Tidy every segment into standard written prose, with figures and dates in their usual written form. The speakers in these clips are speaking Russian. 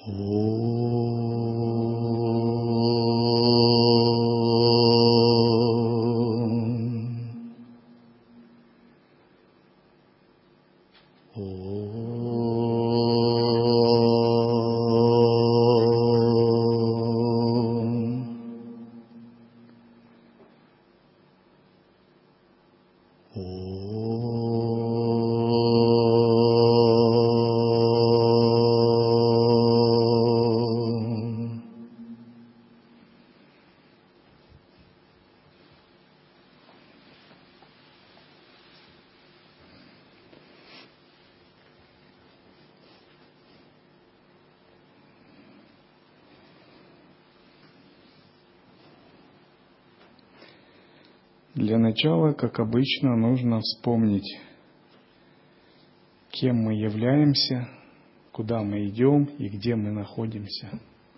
Для начала, как обычно, нужно вспомнить, кем мы являемся, куда мы идем и где мы находимся.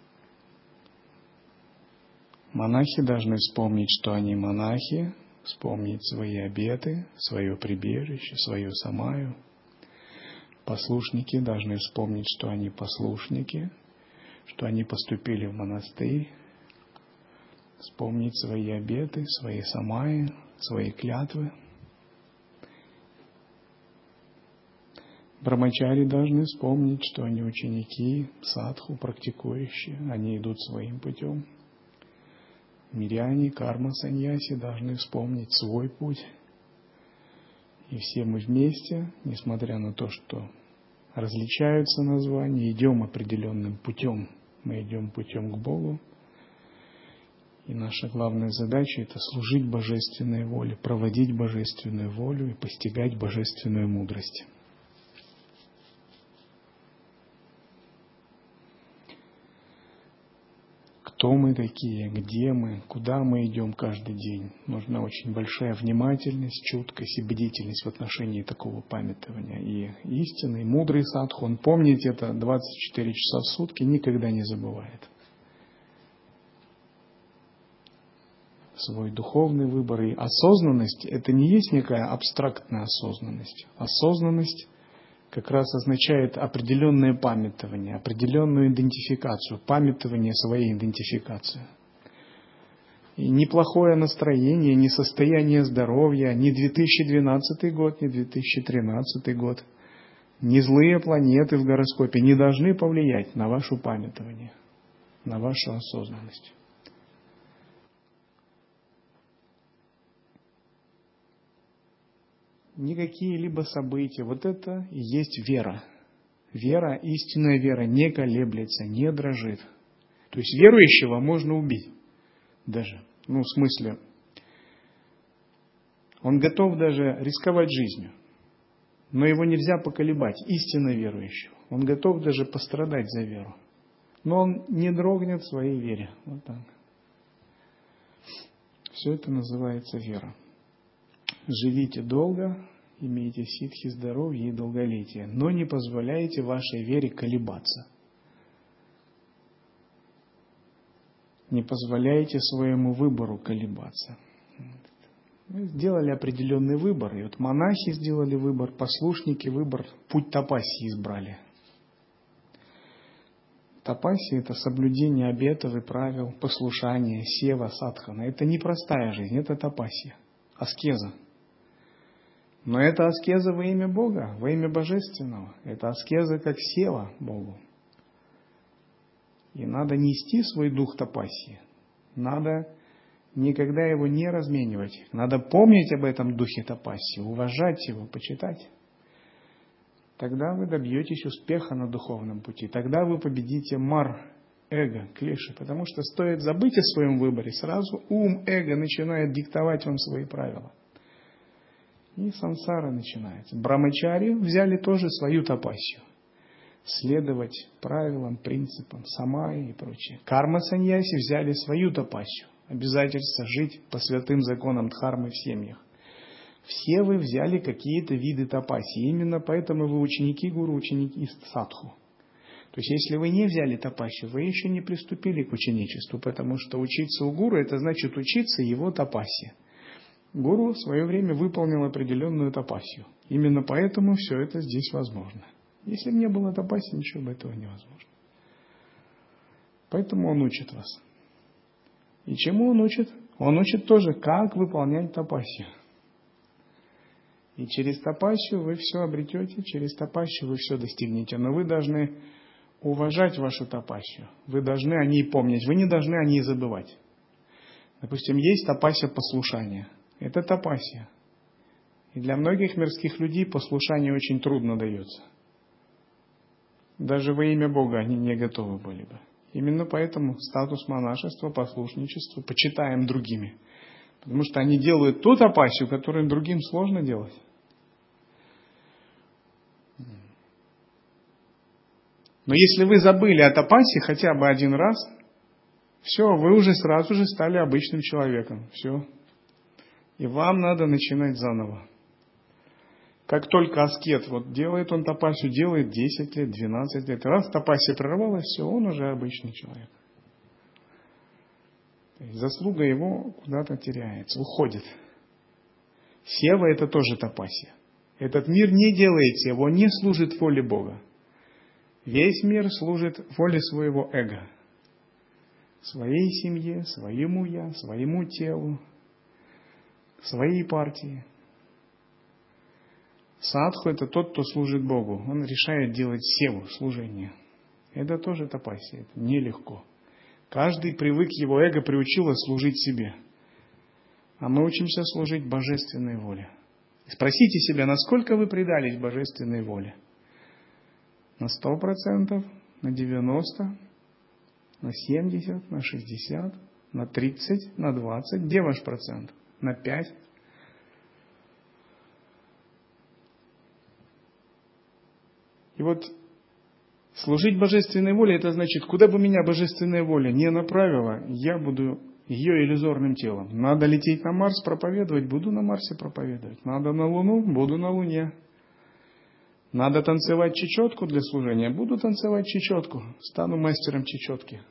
Монахи должны вспомнить, что они монахи, вспомнить свои обеты, свое прибежище, свою самаю. Послушники должны вспомнить, что они послушники, что они поступили в монастырь, вспомнить свои обеты, свои самаи, свои клятвы. Брамачари должны вспомнить, что они ученики, садху, практикующие, они идут своим путем. Миряне, карма, саньяси должны вспомнить свой путь. И все мы вместе, несмотря на то, что различаются названия, идем определенным путем. Мы идем путем к Богу. И наша главная задача – это служить божественной воле, проводить божественную волю и постигать божественную мудрость. Кто мы такие, где мы, куда мы идем каждый день. Нужна очень большая внимательность, чуткость и бдительность в отношении такого памятования. И истинный, мудрый садху, он помнит это 24 часа в сутки, никогда не забывает. Свой духовный выбор и осознанность – это не есть некая абстрактная осознанность. Осознанность как раз означает определенное памятование, определенную идентификацию, памятование своей идентификации. И ни плохое настроение, ни состояние здоровья, ни 2012 год, ни 2013 год, ни злые планеты в гороскопе не должны повлиять на ваше памятование, на вашу осознанность. Никакие либо события. Вот это и есть вера. Вера, истинная вера, не колеблется, не дрожит. То есть верующего можно убить даже. В смысле, он готов даже рисковать жизнью. Но его нельзя поколебать, истинно верующего. Он готов даже пострадать за веру. Но он не дрогнет в своей вере. Вот так. Все это называется вера. Живите долго, имейте ситхи, здоровье и долголетие, но не позволяйте вашей вере колебаться. Не позволяйте своему выбору колебаться. Мы сделали определенный выбор, и вот монахи сделали выбор, послушники выбор, путь тапассии избрали. Тапассия – это соблюдение обетов и правил, послушание, сева, садхана. Это не простая жизнь, это тапассия, аскеза. Но это аскеза во имя Бога, во имя Божественного. Это аскеза как сева Богу. И надо нести свой дух тапассии. Надо никогда его не разменивать. Надо помнить об этом духе тапассии, уважать его, почитать. Тогда вы добьетесь успеха на духовном пути. Тогда вы победите эго, клеши. Потому что стоит забыть о своем выборе, сразу эго начинает диктовать вам свои правила. И сансара начинается. Брамачари взяли тоже свою тапассию. Следовать правилам, принципам, самаи и прочее. Карма-саньяси взяли свою тапассию. Обязательство жить по святым законам дхармы в семьях. Все вы взяли какие-то виды тапассии. Именно поэтому вы ученики гуру, ученики садху. То есть, если вы не взяли тапассию, вы еще не приступили к ученичеству, потому что учиться у гуру – это значит учиться его тапассии. Гуру в свое время выполнил определенную тапассию. Именно поэтому все это здесь возможно. Если бы не было тапассии, ничего бы этого невозможно. Поэтому Он учит вас. И чему Он учит? Он учит тоже, как выполнять тапасью. И через тапасью вы все обретете, через тапасью вы все достигнете. Но вы должны уважать вашу тапасью. Вы должны о ней помнить. Вы не должны о ней забывать. Допустим, есть тапасия послушания. Это тапасия. И для многих мирских людей послушание очень трудно дается. Даже во имя Бога они не готовы были бы. Именно поэтому статус монашества, послушничества почитаем другими. Потому что они делают ту тапасию, которую другим сложно делать. Но если вы забыли о тапасе хотя бы один раз, все, вы уже сразу же стали обычным человеком. Все. И вам надо начинать заново. Как только аскет, вот делает он тапасию, делает 10 лет, 12 лет. Раз тапасия прервалась, все, он уже обычный человек. То есть заслуга его куда-то теряется, уходит. Сева — это тоже тапасия. Этот мир не делает севу, он не служит воле Бога. Весь мир служит воле своего эго. Своей семье, своему я, своему телу, своей партии. Садху — это тот, кто служит Богу. Он решает делать севу, служение. Это тоже тапасия, это нелегко. Каждый привык, его эго приучило служить себе. А мы учимся служить божественной воле. Спросите себя, насколько вы предались божественной воле? На 100%, на 90%, на 70%, на 60%, на 30%, на 20%. Где ваш процент? На 5%? И вот служить божественной воле, это значит, куда бы меня божественная воля не направила, я буду ее иллюзорным телом. Надо лететь на Марс, проповедовать, буду на Марсе проповедовать. Надо на Луну, буду на Луне. Надо танцевать чечетку для служения, буду танцевать чечетку, стану мастером чечетки.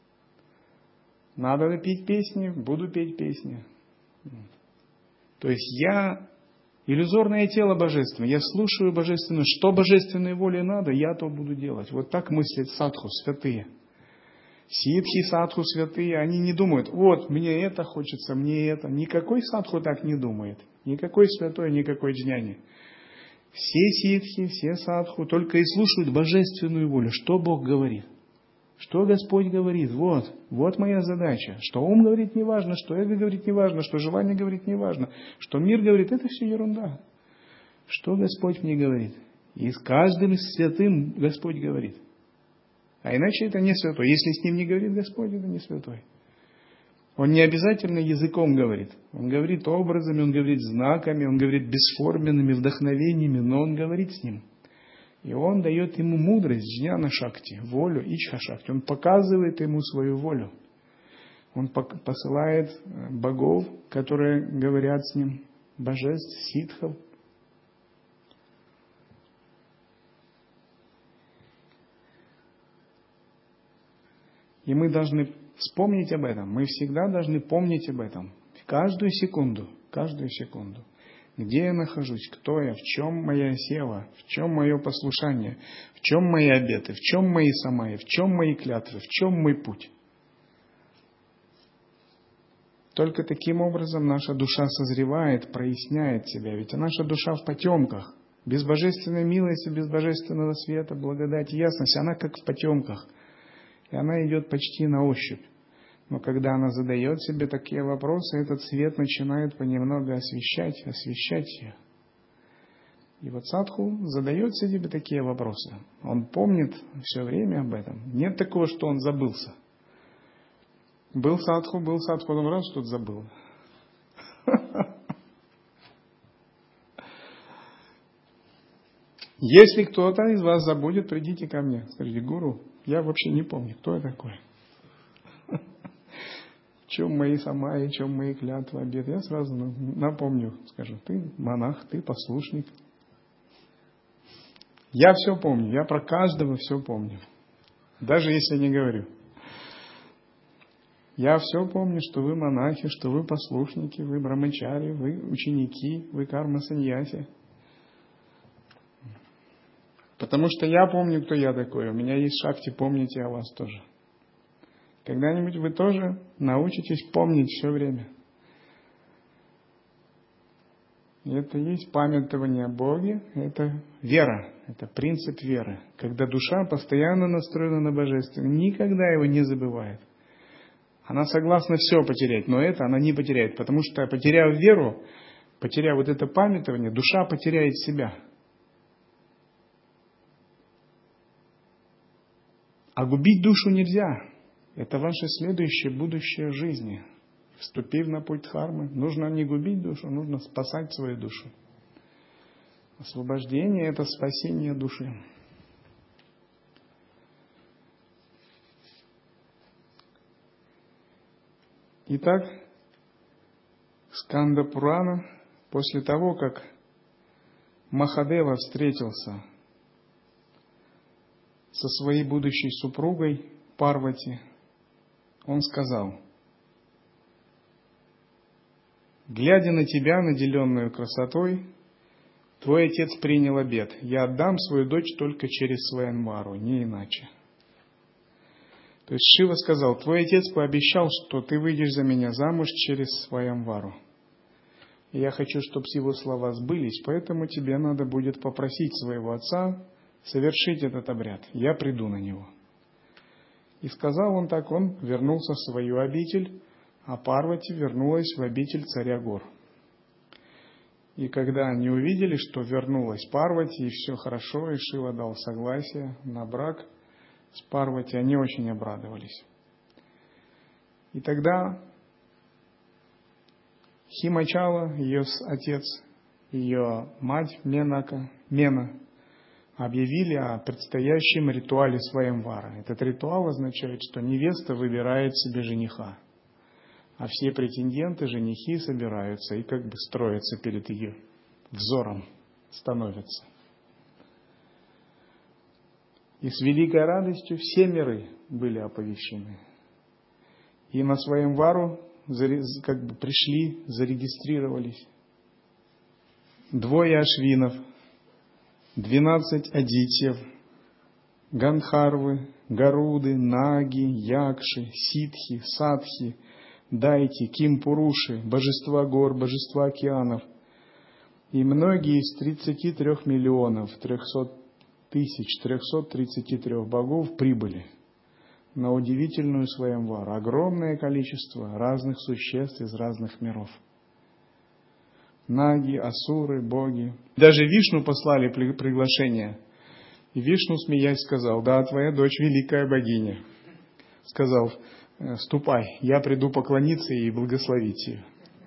Надо петь песни, буду петь песни. То есть я иллюзорное тело божественное, я слушаю божественное, что божественной воле надо, я то буду делать. Вот так мыслят садху, святые. Ситхи, садху, святые, они не думают, вот, мне это хочется, мне это. Никакой садху так не думает. Никакой святой, никакой джняни. Все ситхи, все садху только и слушают божественную волю. Что Бог говорит? Что Господь говорит? Вот моя задача. Что ум говорит, не важно, что эго говорит, не важно, что желание говорит, не важно, что мир говорит, это все ерунда. Что Господь мне говорит? И с каждым святым Господь говорит. А иначе это не святой. Если с ним не говорит Господь, это не святой. Он не обязательно языком говорит. Он говорит образами, он говорит знаками, он говорит бесформенными вдохновениями, но он говорит с ним. И он дает ему мудрость, джняна шакти, волю, ичха шакти. Он показывает ему свою волю. Он посылает богов, которые говорят с ним, божеств, ситхов. И мы должны вспомнить об этом. Мы всегда должны помнить об этом. Каждую секунду. Где я нахожусь, кто я, в чем моя сева, в чем мое послушание, в чем мои обеты, в чем мои самаи, в чем мои клятвы, в чем мой путь. Только таким образом наша душа созревает, проясняет себя. Ведь наша душа в потемках. Без божественной милости, без божественного света, благодати, ясности, она как в потемках. И она идет почти на ощупь. Но когда она задает себе такие вопросы, этот свет начинает понемногу освещать ее. И вот садху задает себе такие вопросы. Он помнит все время об этом. Нет такого, что он забылся. Был садху, потом раз что-то забыл. Если кто-то из вас забудет, придите ко мне. Скажите, гуру, я вообще не помню, кто я такой. В чем мои самаи, в чем мои клятвы, обеты. Я сразу напомню, скажу, ты монах, ты послушник. Я все помню, я про каждого все помню. Даже если не говорю. Я все помню, что вы монахи, что вы послушники, вы брамачари, вы ученики, вы карма-саньяси. Потому что я помню, кто я такой. У меня есть шакти, помните о вас тоже. Когда-нибудь вы тоже научитесь помнить все время. И это и есть памятование о Боге, это вера, это принцип веры. Когда душа постоянно настроена на Божественное, никогда его не забывает. Она согласна все потерять, но это она не потеряет, потому что, потеряв веру, потеряв вот это памятование, душа потеряет себя. А губить душу нельзя. Это ваша следующая, будущая жизнь. Вступив на путь дхармы, нужно не губить душу, нужно спасать свою душу. Освобождение – это спасение души. Итак, Сканда Пурана, после того, как Махадева встретился со своей будущей супругой Парвати, он сказал: «Глядя на тебя, наделенную красотой, твой отец принял обет: я отдам свою дочь только через Сваямвару, не иначе». То есть Шива сказал: твой отец пообещал, что ты выйдешь за меня замуж через Сваямвару. И я хочу, чтобы его слова сбылись, поэтому тебе надо будет попросить своего отца совершить этот обряд. Я приду на него. И сказал он так, он вернулся в свою обитель, а Парвати вернулась в обитель царя гор. И когда они увидели, что вернулась Парвати, и все хорошо, и Шива дал согласие на брак с Парвати, они очень обрадовались. И тогда Химачала, ее отец, ее мать Мена, объявили о предстоящем ритуале Сваямвара. Этот ритуал означает, что невеста выбирает себе жениха, а все претенденты, женихи собираются и как бы строятся перед ее взором, становятся. И с великой радостью все миры были оповещены. И на Сваямвару как бы пришли, зарегистрировались 2 ашвинов, 12 адитьев, Гандхарвы, Гаруды, Наги, Якши, Ситхи, Садхи, Дайти, Кимпуруши, божества гор, божества океанов и многие из 33 миллионов 300 тысяч 333 богов прибыли на удивительную Сваямвару. Огромное количество разных существ из разных миров. Наги, асуры, боги. Даже Вишну послали приглашение. И Вишну, смеясь, сказал: да, твоя дочь великая богиня. Сказал: ступай, я приду поклониться ей и благословить ее.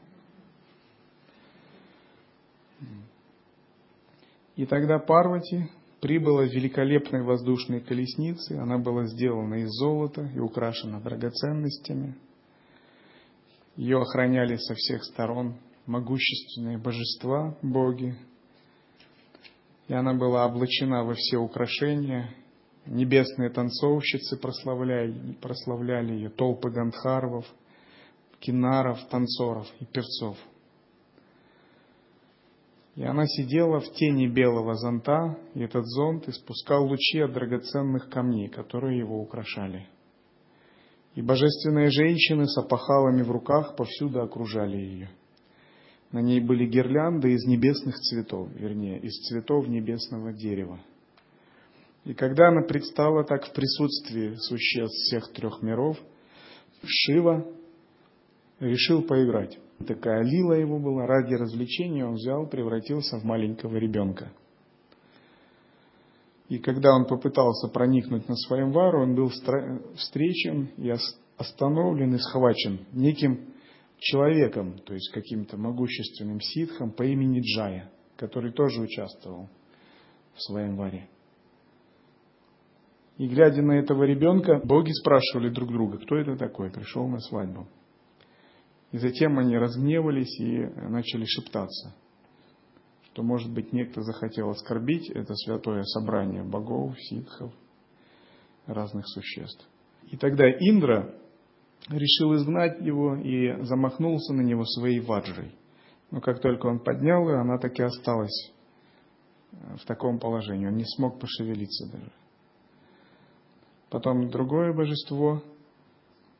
И тогда Парвати прибыла в великолепной воздушной колеснице. Она была сделана из золота и украшена драгоценностями. Ее охраняли со всех сторон могущественные божества, боги. И она была облачена во все украшения. Небесные танцовщицы прославляли ее, толпы гандхарвов, кинаров, танцоров и певцов. И она сидела в тени белого зонта, и этот зонт испускал лучи от драгоценных камней, которые его украшали. И божественные женщины с опахалами в руках повсюду окружали ее. На ней были гирлянды из небесных цветов, вернее, из цветов небесного дерева. И когда она предстала так в присутствии существ всех 3 миров, Шива решил поиграть. Такая лила его была, ради развлечения он взял, превратился в маленького ребенка. И когда он попытался проникнуть на Сваямвару, он был встречен и остановлен и схвачен неким человеком, то есть каким-то могущественным ситхом по имени Джая, который тоже участвовал в Сваямваре. И глядя на этого ребенка, боги спрашивали друг друга: кто это такой, пришел на свадьбу. И затем они разгневались и начали шептаться, что, может быть, некто захотел оскорбить это святое собрание богов, ситхов, разных существ. И тогда Индра решил изгнать его и замахнулся на него своей ваджрой. Но как только он поднял ее, она так и осталась в таком положении. Он не смог пошевелиться даже. Потом другое божество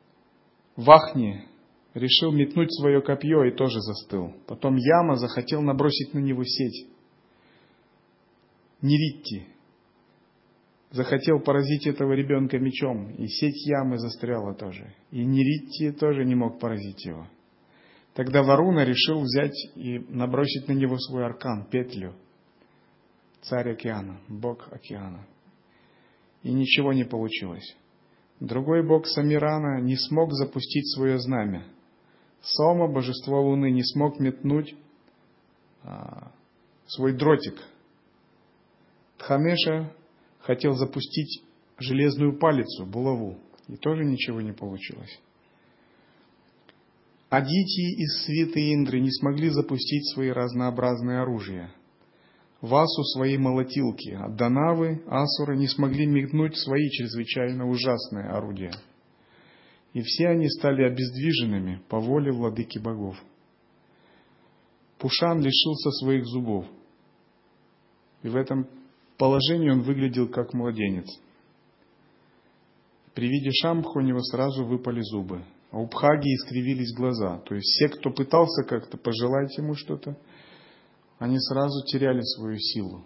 Вахни решил метнуть свое копье и тоже застыл. Потом Яма захотел набросить на него сеть. Неритти захотел поразить этого ребенка мечом, и сеть Ямы застряла тоже. И Неритти тоже не мог поразить его. Тогда Варуна решил взять и набросить на него свой аркан, петлю. Царь океана, бог океана. И ничего не получилось. Другой бог Самирана не смог запустить свое знамя. Сома, божество Луны, не смог метнуть свой дротик. Дханеша хотел запустить железную палицу, булаву, и тоже ничего не получилось. Адити из свиты Индры не смогли запустить свои разнообразные оружия. Васу свои молотилки, а Данавы, асуры не смогли метнуть свои чрезвычайно ужасные орудия. И все они стали обездвиженными по воле владыки богов. Пушан лишился своих зубов. И в этом положении он выглядел как младенец. При виде Шамбха у него сразу выпали зубы. А у Бхаги искривились глаза. То есть все, кто пытался как-то пожелать ему что-то, они сразу теряли свою силу.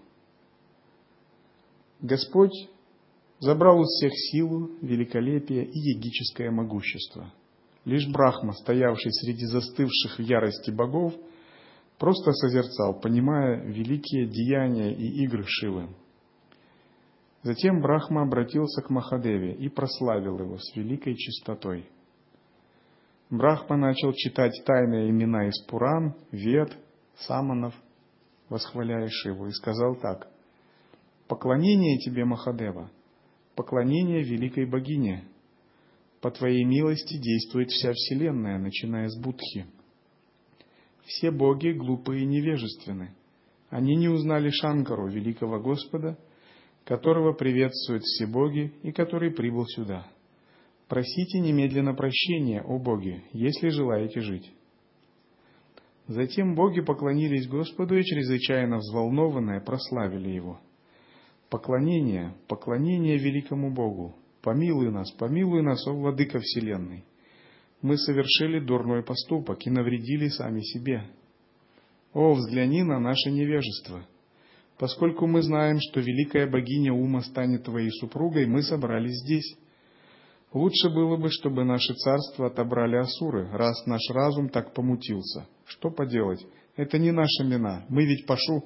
Господь забрал у всех силу, великолепие и егическое могущество. Лишь Брахма, стоявший среди застывших в ярости богов, просто созерцал, понимая великие деяния и игры Шивы. Затем Брахма обратился к Махадеве и прославил его с великой чистотой. Брахма начал читать тайные имена из Пуран, Вед, Саманов, восхваляя Шиву, и сказал так: «Поклонение тебе, Махадева, поклонение великой богине. По твоей милости действует вся вселенная, начиная с Будхи. Все боги глупые и невежественны. Они не узнали Шанкару, великого Господа, которого приветствуют все боги и который прибыл сюда. Просите немедленно прощения, о боги, если желаете жить». Затем боги поклонились Господу и, чрезвычайно взволнованные, прославили Его. Поклонение, поклонение великому Богу. Помилуй нас, о владыка вселенной. Мы совершили дурной поступок и навредили сами себе. О, взгляни на наше невежество. Поскольку мы знаем, что великая богиня Ума станет твоей супругой, мы собрались здесь. Лучше было бы, чтобы наше царство отобрали асуры, раз наш разум так помутился. Что поделать? Это не наша вина. Мы ведь Пашу.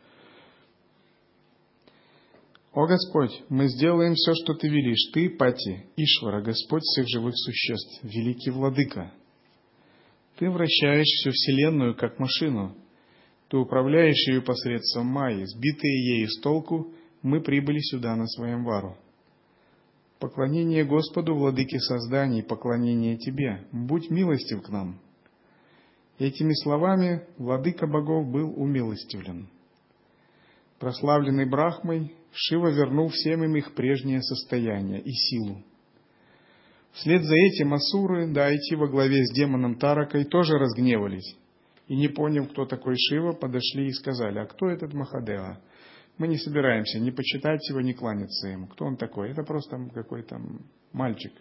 О Господь, мы сделаем все, что Ты велишь. Ты, Пати, Ишвара, Господь всех живых существ, великий владыка. Ты вращаешь всю вселенную, как машину. Ты управляешь ее посредством Майи. Сбитые ею с толку, мы прибыли сюда на своем вару. Поклонение Господу, владыке созданий, поклонение Тебе. Будь милостив к нам. Этими словами владыка богов был умилостивлен. Прославленный Брахмой, Шива вернул всем им их прежнее состояние и силу. Вслед за этим асуры, Дайти во главе с демоном Таракой, тоже разгневались. И, не поняв, кто такой Шива, подошли и сказали: «А кто этот Махадева? Мы не собираемся ни почитать его, ни кланяться ему. Кто он такой? Это просто какой-то мальчик».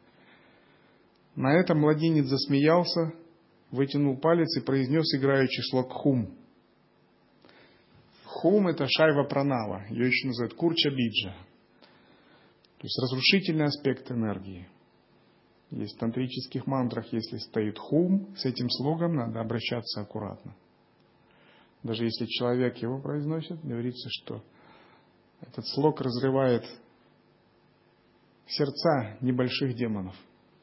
На это младенец засмеялся, вытянул палец и произнес играющий слог «Хум». Хум – это шайва пранава, ее еще называют курча биджа. То есть разрушительный аспект энергии. Есть в тантрических мантрах, если стоит хум, с этим слогом надо обращаться аккуратно. Даже если человек его произносит, говорится, что этот слог разрывает сердца небольших демонов,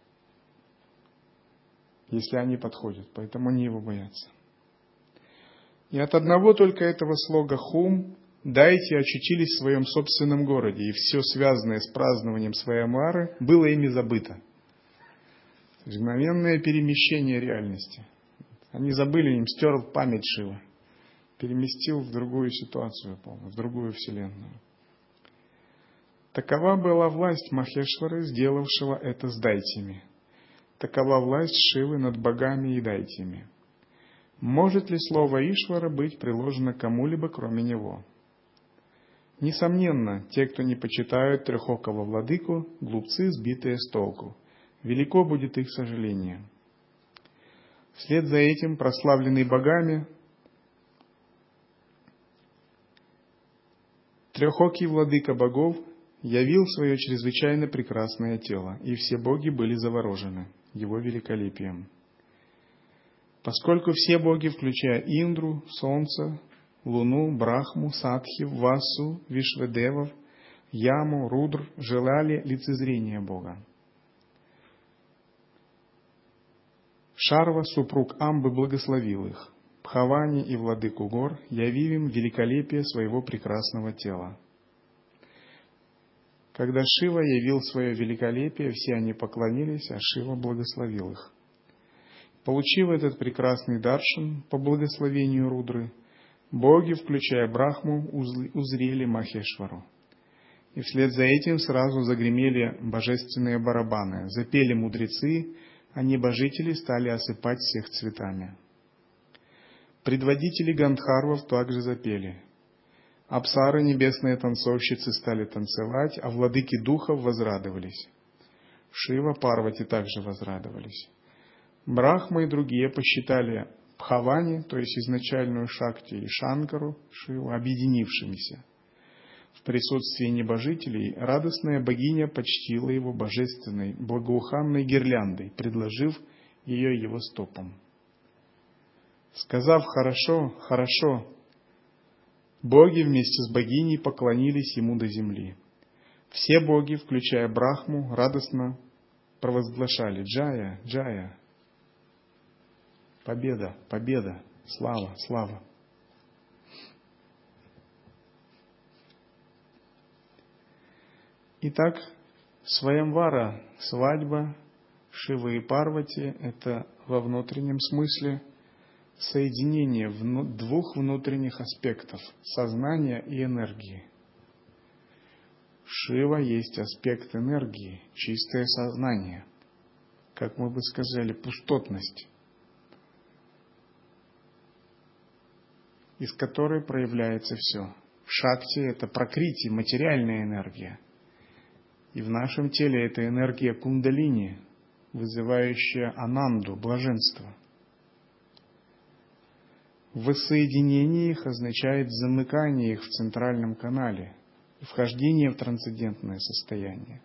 если они подходят, поэтому они его боятся. И от одного только этого слога «хум» Дайти очутились в своем собственном городе, и все связанное с празднованием своей Амары было ими забыто. То есть мгновенное перемещение реальности. Они забыли, им стер память Шива, переместил в другую ситуацию, в другую вселенную. Такова была власть Махешвары, сделавшего это с дайтями. Такова власть Шивы над богами и дайтями. Может ли слово Ишвара быть приложено кому-либо, кроме него? Несомненно, те, кто не почитают трехокого владыку, глупцы, сбитые с толку. велико будет их сожаление. Вслед за этим прославленный богами трехокий владыка богов явил свое чрезвычайно прекрасное тело, и все боги были заворожены его великолепием. Поскольку все боги, включая Индру, Солнце, Луну, Брахму, Садхи, Васу, Вишвадевов, Яму, Рудр, желали лицезрения Бога. Шарва, супруг Амбы, благословил их. Бхавани и владыку гор, явив им великолепие своего прекрасного тела. Когда Шива явил свое великолепие, все они поклонились, а Шива благословил их. Получив этот прекрасный даршан по благословению Рудры, боги, включая Брахму, узрели Махешвару. И вслед за этим сразу загремели божественные барабаны, запели мудрецы, а небожители стали осыпать всех цветами. Предводители Гандхарвов также запели. Апсары, небесные танцовщицы, стали танцевать, а владыки духов возрадовались. Шива, Парвати также возрадовались. Брахма и другие посчитали Бхавани, то есть изначальную Шакти, и Шанкару, Шиву, объединившимися. В присутствии небожителей радостная богиня почтила его божественной, благоуханной гирляндой, предложив ее его стопам. Сказав «хорошо, хорошо», боги вместе с богиней поклонились ему до земли. Все боги, включая Брахму, радостно провозглашали «Джая, Джая». Победа, победа, слава, слава. Итак, Сваямвара, свадьба Шивы и Парвати – это во внутреннем смысле соединение двух внутренних аспектов – сознания и энергии. Шива есть аспект энергии, чистое сознание, как мы бы сказали, пустотность, из которой проявляется все. Шакти – это пракрити, материальная энергия. И в нашем теле это энергия кундалини, вызывающая ананду, блаженство. Воссоединение их означает замыкание их в центральном канале и вхождение в трансцендентное состояние.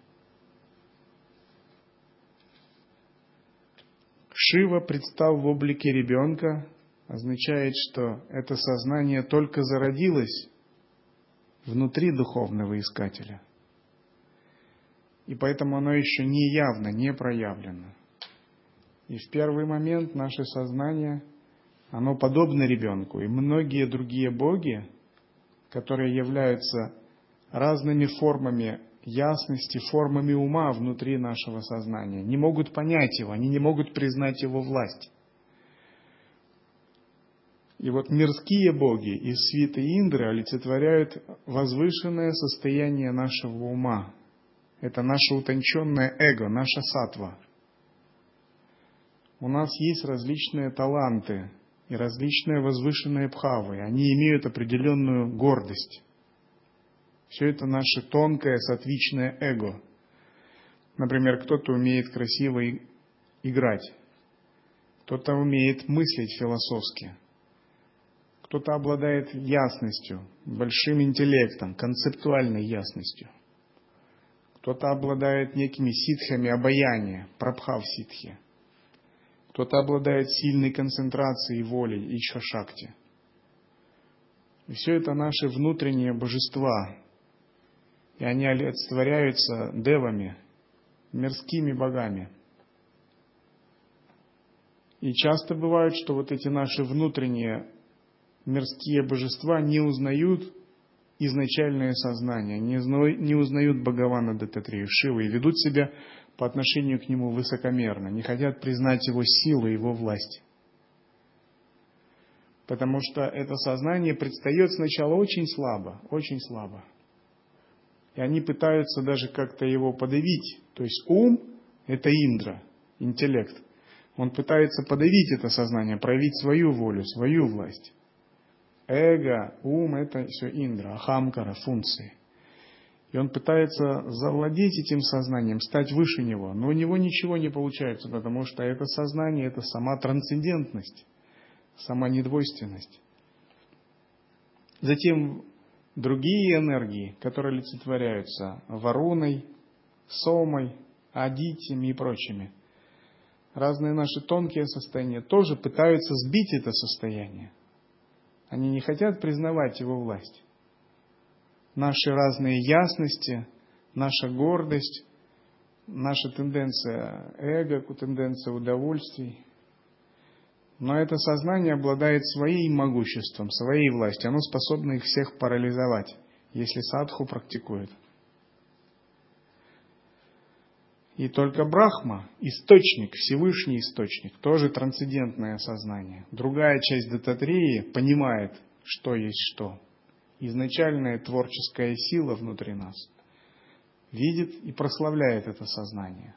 Шива, представ в облике ребенка, означает, что это сознание только зародилось внутри духовного искателя. И поэтому оно еще не явно, не проявлено. И в первый момент наше сознание, оно подобно ребенку. И многие другие боги, которые являются разными формами ясности, формами ума внутри нашего сознания, не могут понять его, они не могут признать его власть. И вот мирские боги из свиты Индры олицетворяют возвышенное состояние нашего ума. Это наше утонченное эго, наша саттва. У нас есть различные таланты и различные возвышенные бхавы. Они имеют определенную гордость. Все это наше тонкое саттвичное эго. Например, кто-то умеет красиво играть, кто-то умеет мыслить философски, кто-то обладает ясностью, большим интеллектом, концептуальной ясностью. Кто-то обладает некими ситхами обаяния, прабхав-ситхи. Кто-то обладает сильной концентрацией воли, ичха-шакти. И все это наши внутренние божества. И они олицетворяются девами, мирскими богами. И часто бывает, что вот эти наши внутренние мирские божества не узнают изначальное сознание, не узнают Бхагавана Даттатрию, Шивы, и ведут себя по отношению к нему высокомерно, не хотят признать его силу, его власть. Потому что это сознание предстает сначала очень слабо, очень слабо. И они пытаются даже как-то его подавить. То есть ум – это Индра, интеллект. Он пытается подавить это сознание, проявить свою волю, свою власть. Эго, ум – это все Индра, ахамкара, функции. И он пытается завладеть этим сознанием, стать выше него. Но у него ничего не получается, потому что это сознание, это сама трансцендентность, сама недвойственность. Затем другие энергии, которые олицетворяются Варуной, Сомой, Адитями и прочими. Разные наши тонкие состояния тоже пытаются сбить это состояние. Они не хотят признавать его власть. Наши разные ясности, наша гордость, наша тенденция эго, тенденция удовольствий. Но это сознание обладает своим могуществом, своей властью. Оно способно их всех парализовать, если садху практикует. И только Брахма, источник, Всевышний источник, тоже трансцендентное сознание. Другая часть Даттатреи понимает, что есть что. Изначальная творческая сила внутри нас видит и прославляет это сознание.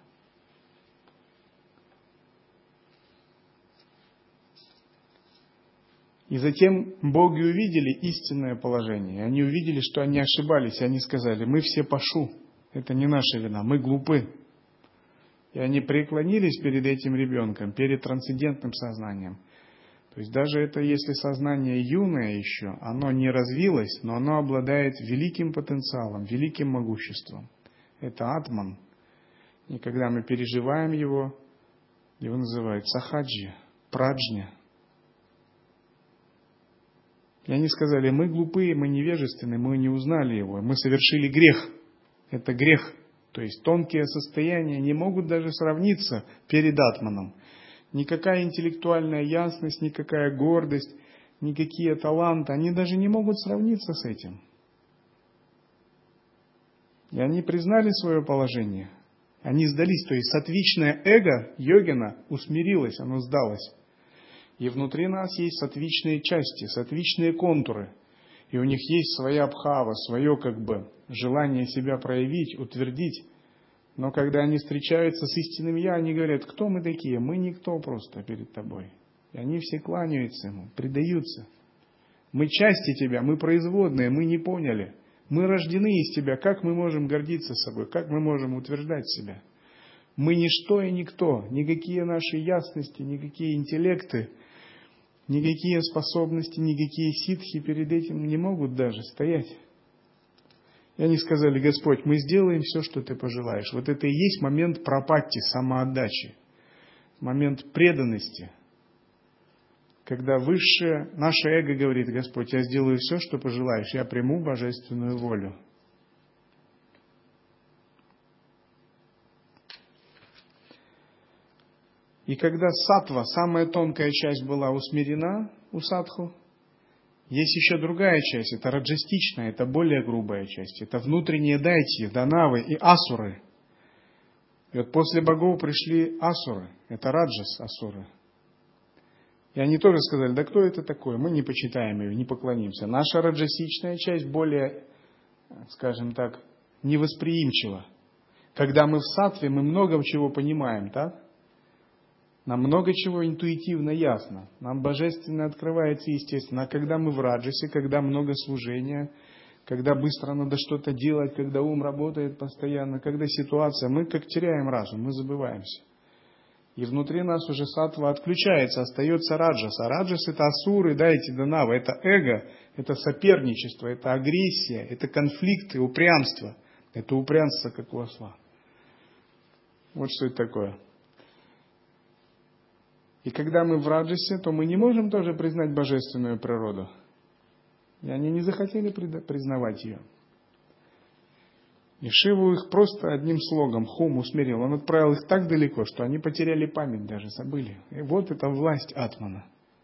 И затем боги увидели истинное положение. Они увидели, что они ошибались, и они сказали: мы все пашу, это не наша вина, мы глупы. И они преклонились перед этим ребенком, перед трансцендентным сознанием. То есть даже это, если сознание юное еще, оно не развилось, но оно обладает великим потенциалом, великим могуществом. Это атман. И когда мы переживаем его называют сахаджи, праджня. И они сказали: мы глупые, мы невежественны, мы не узнали его, мы совершили грех. Это грех. То есть тонкие состояния не могут даже сравниться перед атманом. Никакая интеллектуальная ясность, никакая гордость, никакие таланты, они даже не могут сравниться с этим. И они признали свое положение. Они сдались, то есть саттвичное эго йогина усмирилось, оно сдалось. И внутри нас есть саттвичные части, саттвичные контуры. И у них есть своя бхава, свое желание себя проявить, утвердить. Но когда они встречаются с истинным Я, они говорят: кто мы такие? Мы никто просто перед тобой. И они все кланяются ему, предаются. Мы части тебя, мы производные, мы не поняли. Мы рождены из тебя, как мы можем гордиться собой, как мы можем утверждать себя? Мы ничто и никто, никакие наши ясности, никакие интеллекты, никакие способности, никакие ситхи перед этим не могут даже стоять. И они сказали: Господь, мы сделаем все, что Ты пожелаешь. Вот это и есть момент пропатти, самоотдачи, момент преданности. Когда высшее, наше эго говорит: Господь, я сделаю все, что пожелаешь, я приму божественную волю. И когда саттва, самая тонкая часть, была усмирена у садху, есть еще другая часть, это раджастичная, это более грубая часть. Это внутренние дайтьи, данавы и асуры. И вот после богов пришли асуры, это раджас асуры. И они тоже сказали: да кто это такой, мы не почитаем его, не поклонимся. Наша раджасичная часть более, скажем так, невосприимчива. Когда мы в саттве, мы много чего понимаем, так? Нам много чего интуитивно ясно. Нам божественно открывается естественно. А когда мы в раджасе, когда много служения, когда быстро надо что-то делать, когда ум работает постоянно, когда ситуация, мы как теряем разум, мы забываемся. И внутри нас уже саттва отключается, остается раджас. А раджас — это асуры, эти данавы, это эго, это соперничество, это агрессия, это конфликты, упрямство. Это упрямство, как у осла. Вот что это такое. И когда мы в раджасе, то мы не можем тоже признать божественную природу. И они не захотели признавать ее. И Шиву их просто одним слогом, хум, усмирил. Он отправил их так далеко, что они потеряли память, даже забыли. И вот это власть атмана.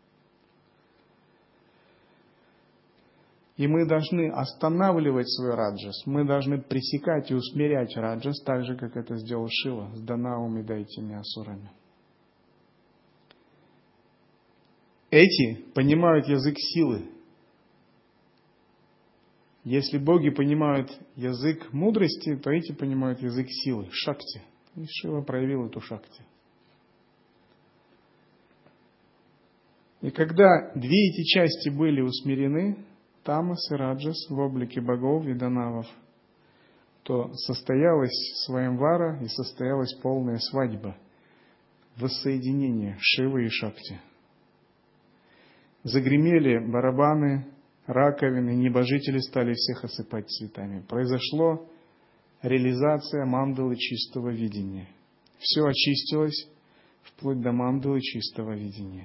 И мы должны останавливать свой раджас. Мы должны пресекать и усмирять раджас, так же, как это сделал Шива с данавами, дайтями, асурами. Эти понимают язык силы. Если боги понимают язык мудрости, то эти понимают язык силы, шакти. И Шива проявил эту шакти. И когда две эти части были усмирены, тамас и раджас в облике богов и данавов, то состоялась сваямвара и состоялась полная свадьба, воссоединение Шивы и Шакти. Загремели барабаны, раковины, небожители стали всех осыпать цветами. Произошло реализация мандалы чистого видения. Все очистилось вплоть до мандалы чистого видения.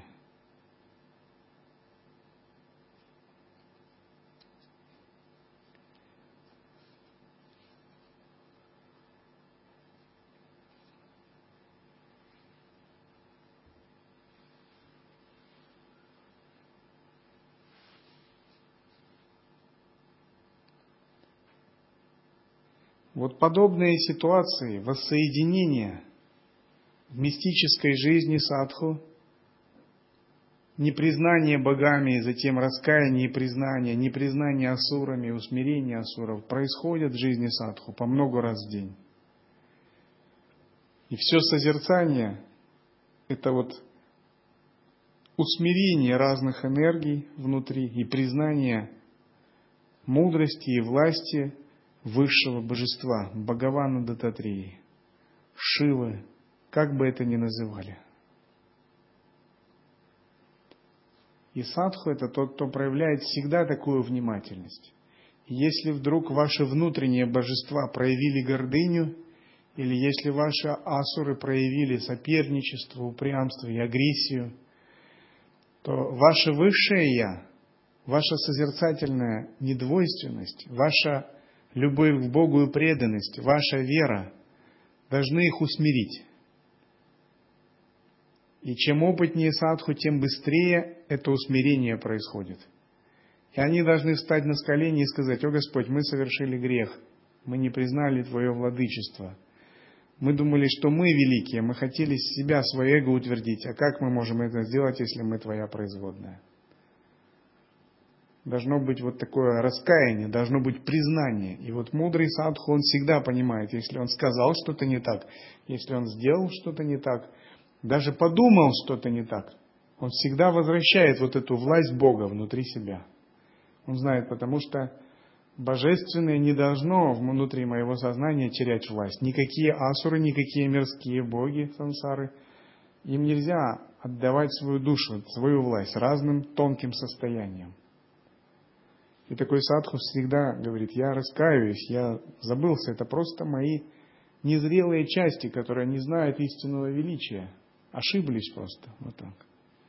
Вот подобные ситуации воссоединения в мистической жизни садху, непризнание богами и затем раскаяние и признание, непризнание асурами и усмирение асуров происходят в жизни садху по много раз в день. И все созерцание – это вот усмирение разных энергий внутри и признание мудрости и власти высшего божества, Бхагавана Даттатрии, Шивы, как бы это ни называли. И садху – это тот, кто проявляет всегда такую внимательность. И если вдруг ваши внутренние божества проявили гордыню, или если ваши асуры проявили соперничество, упрямство и агрессию, то ваше высшее Я, ваша созерцательная недвойственность, ваша любовь к Богу и преданность, ваша вера должны их усмирить. И чем опытнее садху, тем быстрее это усмирение происходит. И они должны встать на колени и сказать: «О Господь, мы совершили грех, мы не признали Твое владычество. Мы думали, что мы великие, мы хотели себя, свое эго утвердить, а как мы можем это сделать, если мы Твоя производная?» Должно быть вот такое раскаяние, должно быть признание. И вот мудрый садху, он всегда понимает, если он сказал что-то не так, если он сделал что-то не так, даже подумал что-то не так, он всегда возвращает вот эту власть Бога внутри себя. Он знает, потому что божественное не должно внутри моего сознания терять власть. Никакие асуры, никакие мирские боги сансары, им нельзя отдавать свою душу, свою власть разным тонким состояниям. И такой садху всегда говорит: «Я раскаиваюсь, я забылся, это просто мои незрелые части, которые не знают истинного величия, ошиблись просто». Вот так.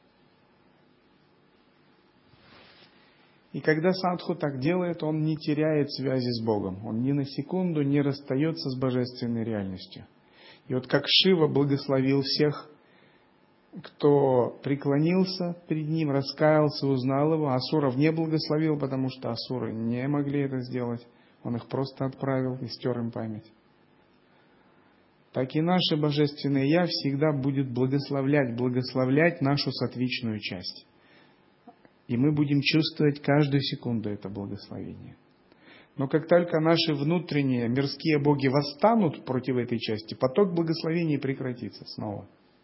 И когда садху так делает, он не теряет связи с Богом, он ни на секунду не расстается с божественной реальностью. И вот как Шива благословил всех, кто преклонился перед ним, раскаялся, узнал его, асуров не благословил, потому что асуры не могли это сделать, он их просто отправил и стер им память. Так и наше Божественное Я всегда будет благословлять нашу сатвичную часть. И мы будем чувствовать каждую секунду это благословение. Но как только наши внутренние мирские боги восстанут против этой части, поток благословений прекратится снова.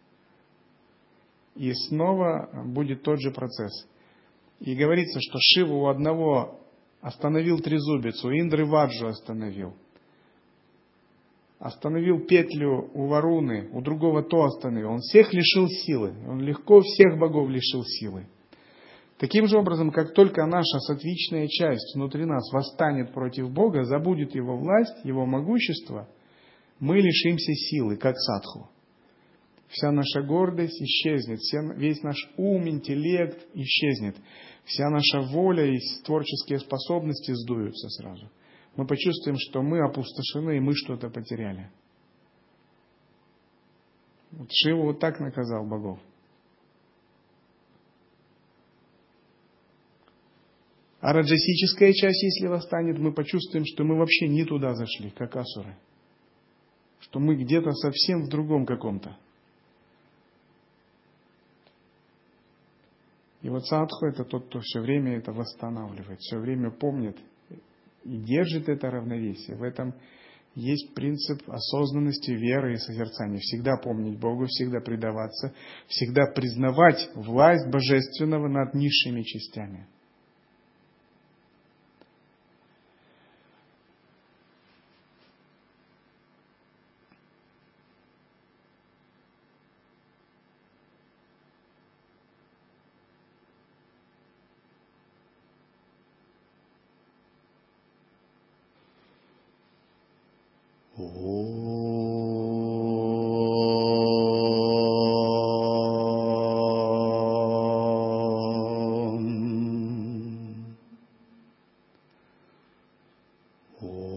И снова будет тот же процесс. И говорится, что Шива у одного остановил трезубец, у Индры Ваджу остановил. Остановил петлю у Варуны, у другого то остановил. Он всех лишил силы. Он легко всех богов лишил силы. Таким же образом, как только наша сатвичная часть внутри нас восстанет против Бога, забудет Его власть, Его могущество, мы лишимся силы, как садху. Вся наша гордость исчезнет, весь наш ум, интеллект исчезнет, вся наша воля и творческие способности сдуются сразу. Мы почувствуем, что мы опустошены и мы что-то потеряли. Вот Шива вот так наказал богов. А раджасическая часть, если восстанет, мы почувствуем, что мы вообще не туда зашли, как асуры. Что мы где-то совсем в другом каком-то. И вот садху — это тот, кто все время это восстанавливает, все время помнит и держит это равновесие. В этом есть принцип осознанности, веры и созерцания. Всегда помнить Бога, всегда предаваться, всегда признавать власть Божественного над низшими частями. Om.